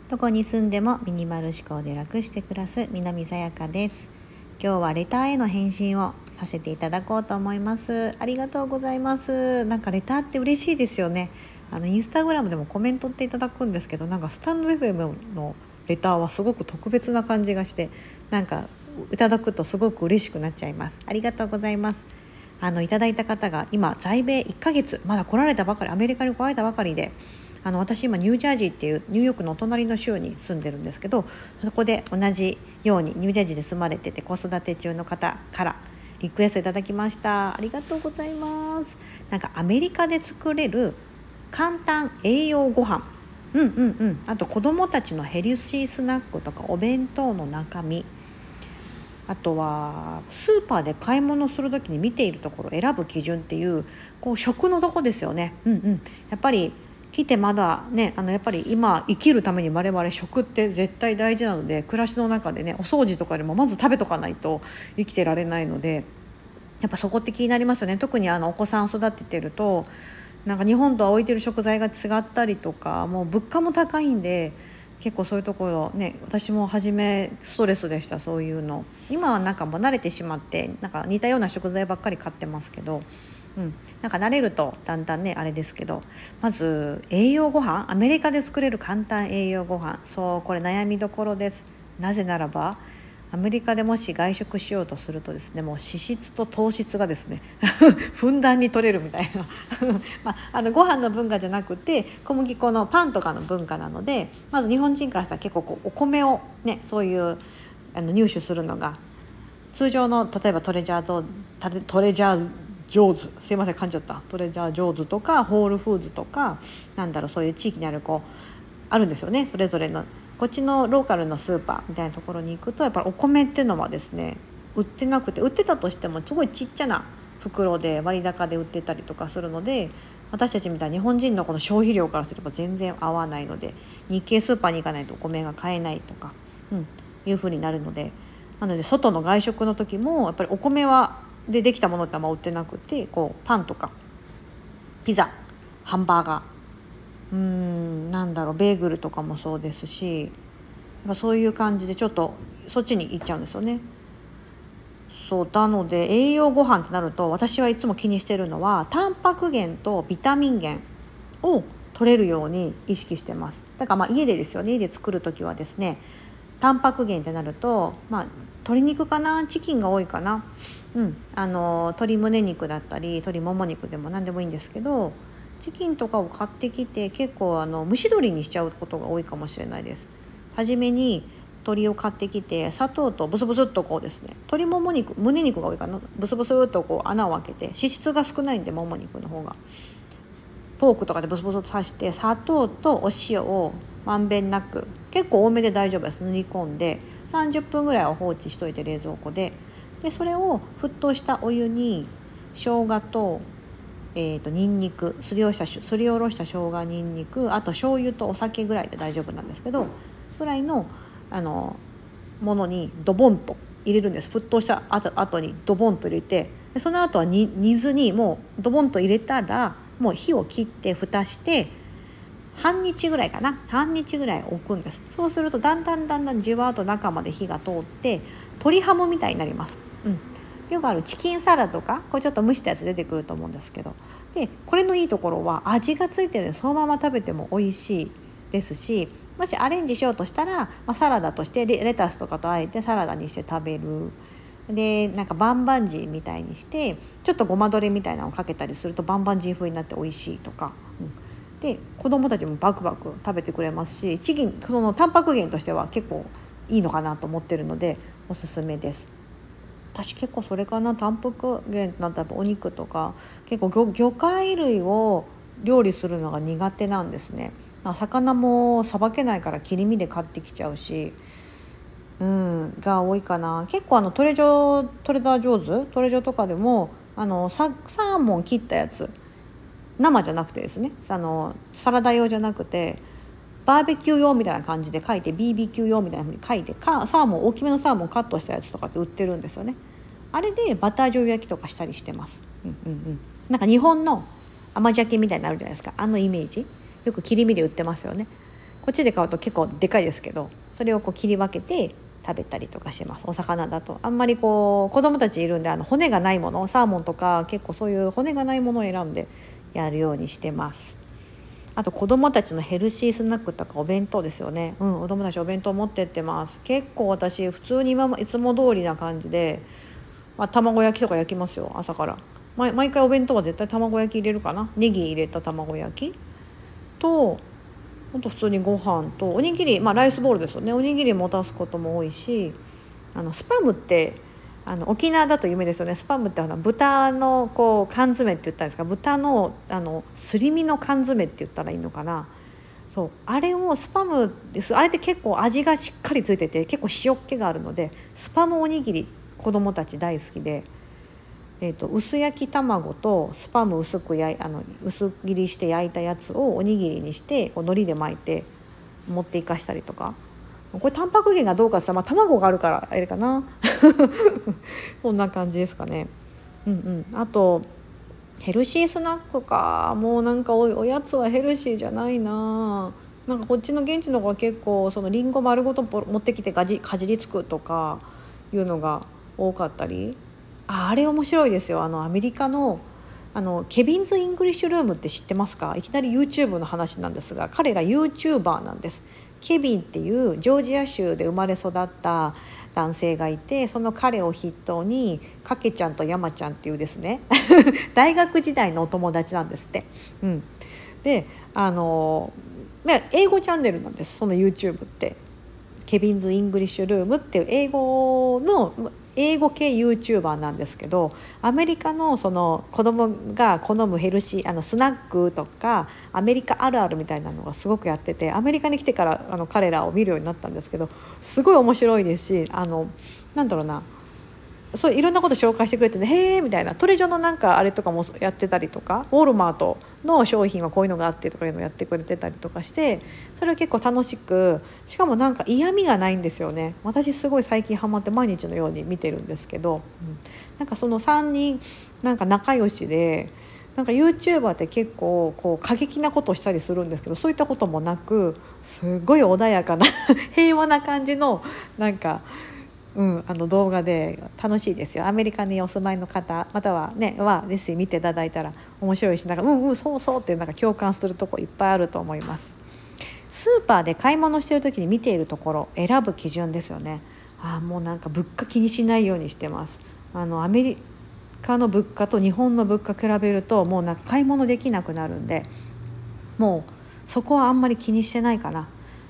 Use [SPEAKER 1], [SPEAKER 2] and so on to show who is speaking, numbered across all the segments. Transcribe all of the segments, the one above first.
[SPEAKER 1] どこに住んでもミニマル思考で楽して暮らす南さやかです。今日はレターへの返信をさせていただこうと思います。ありがとうございます。なんかレターって嬉しいですよね。インスタグラムでもコメントっていただくんですけど、なんかスタンド FM のレターはすごく特別な感じがして、なんかいただくとすごく嬉しくなっちゃいます。ありがとうございます。いただいた方が今在米1ヶ月、まだ来られたばかり、アメリカに来られたばかりで、私今ニュージャージーっていうニューヨークのお隣の州に住んでるんですけど、そこで同じようにニュージャージーで住まれてて子育て中の方からリクエストいただきました。ありがとうございます。なんかアメリカで作れる簡単栄養ご飯、あと子どもたちのヘルシースナックとかお弁当の中身、あとはスーパーで買い物するときに見ているところ選ぶ基準っていう、食のとこですよね。やっぱり来てまだね、やっぱり今生きるために我々食って絶対大事なので、暮らしの中でね、お掃除とかでもまず食べとかないと生きてられないので、やっぱそこって気になりますよね。特にお子さん育ててると、なんか日本とは置いてる食材が違ったりとか、もう物価も高いんで、結構そういうところね、私も初めストレスでした。そういうの今はなんかもう慣れてしまって、なんか似たような食材ばっかり買ってますけど、なんか慣れるとだんだんねあれですけど、まず栄養ご飯、アメリカで作れる簡単栄養ご飯、そうこれ悩みどころです。なぜならばアメリカでもし外食しようとするとですね、もう脂質と糖質がですねふんだんに取れるみたいなご飯の文化じゃなくて小麦粉のパンとかの文化なので、まず日本人からしたら結構お米をね、そういう入手するのが通常の、例えばトレジャージョーズ、すいません噛んじゃった、トレジャージョーズとかホールフーズとか、そういう地域にあるあるんですよね。それぞれのこっちのローカルのスーパーみたいなところに行くと、やっぱりお米っていうのはですね売ってなくて、売ってたとしてもすごいちっちゃな袋で割高で売ってたりとかするので、私たちみたいに日本人のこの消費量からすれば全然合わないので、日系スーパーに行かないとお米が買えないとか、いう風になるので、なので外の外食の時もやっぱりお米できたものってあんま売ってなくて、パンとかピザ、ハンバーガー、ベーグルとかもそうですし、そういう感じでちょっとそっちに行っちゃうんですよね。そうなので栄養ご飯ってなると、私はいつも気にしてるのはタンパク源とビタミン源を取れるように意識してます。だから家でですよね、家で作る時はですね、タンパク源ってなると、鶏肉かな、チキンが多いかな、鶏胸肉だったり鶏もも肉でも何でもいいんですけど、チキンとかを買ってきて結構蒸し鶏にしちゃうことが多いかもしれないです。初めに鶏を買ってきて砂糖とブスブスっとですね、鶏もも肉、胸肉が多いかな、ブスブスっと穴を開けて、脂質が少ないんでもも肉の方が、ポークとかでブスブスと刺して砂糖とお塩をまんべんなく、結構多めで大丈夫です、塗り込んで30分ぐらいは放置しといて、冷蔵庫でそれを沸騰したお湯に生姜とニンニク、すりおろした生姜、ニンニク、あと醤油とお酒ぐらいで大丈夫なんですけど、ぐらいのものにドボンと入れるんです。沸騰した後にドボンと入れて、その後は煮ずにもうドボンと入れたら、もう火を切って蓋して半日ぐらい置くんです。そうするとだんだんじわっと中まで火が通って鶏ハムみたいになります。よくあるチキンサラダとか、これちょっと蒸したやつ出てくると思うんですけど、でこれのいいところは味がついてるのでそのまま食べても美味しいですし、もしアレンジしようとしたら、サラダとしてレタスとかとあえてサラダにして食べる。でなんかバンバンジーみたいにしてちょっとごまどれみたいなのをかけたりするとバンバンジー風になって美味しいとか、で子供たちもバクバク食べてくれますし、チキンそのタンパク源としては結構いいのかなと思ってるのでおすすめです。私結構それかな、タンパク源なんてお肉とか結構魚介類を料理するのが苦手なんですね。魚もさばけないから切り身で買ってきちゃうし、が多いかな。結構トレダー上手トレジョとかでもサーモン切ったやつ、生じゃなくてですね、サラダ用じゃなくてバーベキュー用みたいな感じで書いて BBQ 用みたいな風に書いてサーモン、大きめのサーモンカットしたやつとかって売ってるんですよね。あれでバター醤油焼きとかしたりしてます。なんか日本の甘鮭みたいになるじゃないですか、イメージよく切り身で売ってますよね。 こっちで買うと結構でかいですけど、それをこう切り分けて食べたりとかします。お魚だとあんまりこう子供たちいるんで骨がないもの、サーモンとか結構そういう骨がないものを選んでやるようにしてます。あと子供たちのヘルシースナックとかお弁当ですよね。子供たちお弁当持ってってます。結構私普通にいつも通りな感じで、卵焼きとか焼きますよ、朝から。毎回お弁当は絶対卵焼き入れるかな。ネギ入れた卵焼きと、ほんと普通にご飯とおにぎり、ライスボールですよね。おにぎり持たすことも多いし、スパムって沖縄だと有名ですよね。スパムって豚のこう缶詰って言ったんですか、豚のすり身の缶詰って言ったらいいのかな。そうあれをスパムです。あれって結構味がしっかりついてて結構塩っ気があるので、スパムおにぎり子供たち大好きで、薄焼き卵とスパム薄切りして焼いたやつをおにぎりにしてこう海苔で巻いて持っていかしたりとか。これタンパク源がどうかって言ったら、卵があるからあれかなこんな感じですかね。あとヘルシースナックか。もうなんかおやつはヘルシーじゃないな。なんかこっちの現地の子は結構そのリンゴ丸ごと持ってきてかじりつくとかいうのが多かったり。あれ面白いですよ。アメリカのケビンズ・イングリッシュルームって知ってますか？いきなり YouTube の話なんですが、彼ら YouTuber なんです。ケビンっていうジョージア州で生まれ育った男性がいて、その彼を筆頭にかけちゃんと山ちゃんっていうですね大学時代のお友達なんですって。で英語チャンネルなんです、その YouTube って。ケビンズ・イングリッシュルームっていう英語系 YouTuber なんですけど、アメリカのその子供が好むヘルシースナックとかアメリカあるあるみたいなのがすごくやってて、アメリカに来てから彼らを見るようになったんですけど、すごい面白いですし、なんだろうな、そういろんなこと紹介してくれてね、へーみたいな。トレジョのなんかあれとかもやってたりとか、ウォールマートの商品はこういうのがあってとかいうのをやってくれてたりとかして、それは結構楽しく、しかもなんか嫌味がないんですよね。私すごい最近ハマって毎日のように見てるんですけど、なんかその3人なんか仲良しで、なんか YouTuber って結構こう過激なことをしたりするんですけど、そういったこともなく、すごい穏やかな平和な感じのなんか動画で楽しいですよ。アメリカにお住まいの方またはねレッスン見ていただいたら面白いし、なんかそうそうってなんか共感するとこいっぱいあると思います。スーパーで買い物してる時に見ているところ、選ぶ基準ですよね。もうなんか物価気にしないようにしてます。アメリカの物価と日本の物価比べるともうなんか買い物できなくなるんで、もうそこはあんまり気にしてないかな。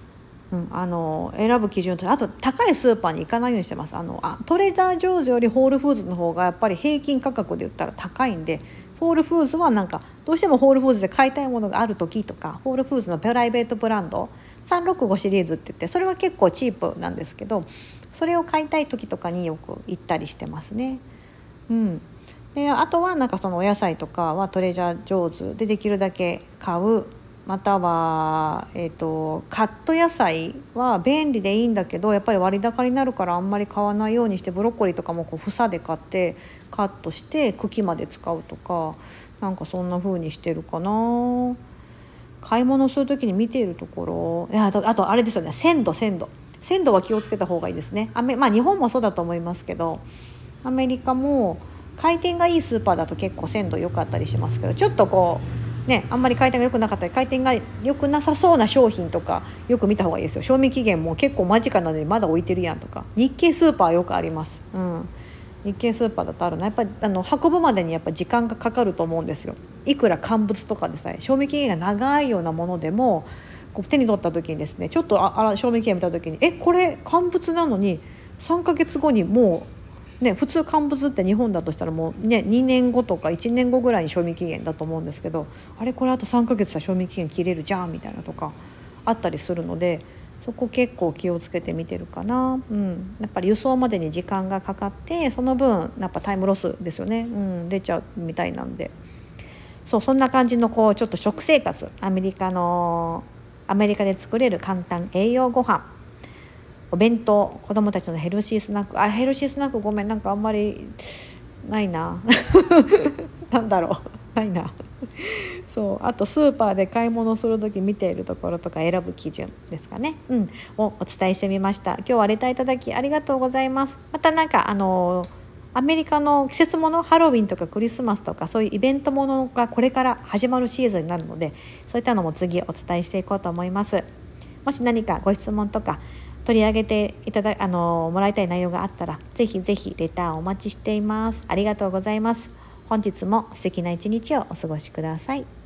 [SPEAKER 1] 選ぶ基準と、あと高いスーパーに行かないようにしてます。トレーダー・ジョーズよりホールフーズの方がやっぱり平均価格で言ったら高いんで、ホールフーズはなんかどうしてもホールフーズで買いたいものがある時とか、ホールフーズのプライベートブランド365シリーズって言って、それは結構チープなんですけど、それを買いたい時とかによく行ったりしてますね。であとはなんかそのお野菜とかはトレジャー・ジョーズでできるだけ買う。または、カット野菜は便利でいいんだけど、やっぱり割高になるからあんまり買わないようにして、ブロッコリーとかもこう房で買ってカットして茎まで使うとか、なんかそんな風にしてるかな。買い物する時に見ているところ、あとあれですよね、鮮度は気をつけた方がいいですね。日本もそうだと思いますけど、アメリカも回転がいいスーパーだと結構鮮度良かったりしますけど、ちょっとこうあんまり回転が良くなかったり回転が良くなさそうな商品とかよく見た方がいいですよ。賞味期限も結構間近なのにまだ置いてるやんとか。日系スーパーよくあります。日系スーパーだとあるのやっぱり運ぶまでにやっぱ時間がかかると思うんですよ。いくら乾物とかでさえ賞味期限が長いようなものでも、こう手に取った時にですね、ちょっと賞味期限見た時にこれ乾物なのに3ヶ月後にもう普通乾物って日本だとしたらもう2年後とか1年後ぐらいに賞味期限だと思うんですけど、これあと3ヶ月は賞味期限切れるじゃんみたいなとかあったりするので、そこ結構気をつけて見てるかな。やっぱり輸送までに時間がかかって、その分やっぱタイムロスですよね。出ちゃうみたいなんで、そんな感じのこうちょっと食生活、アメリカで作れる簡単栄養ご飯、お弁当、子どもたちのヘルシースナックごめんなんかあんまりないななんだろうないなそうあとスーパーで買い物する時見ているところとか選ぶ基準ですかね、をお伝えしてみました。今日はレターいただきありがとうございます。またアメリカの季節ものハロウィンとかクリスマスとかそういうイベントものがこれから始まるシーズンになるので、そういったのも次お伝えしていこうと思います。もし何かご質問とか取り上げてもらいたい内容があったらぜひぜひレターをお待ちしています。ありがとうございます。本日も素敵な一日をお過ごしください。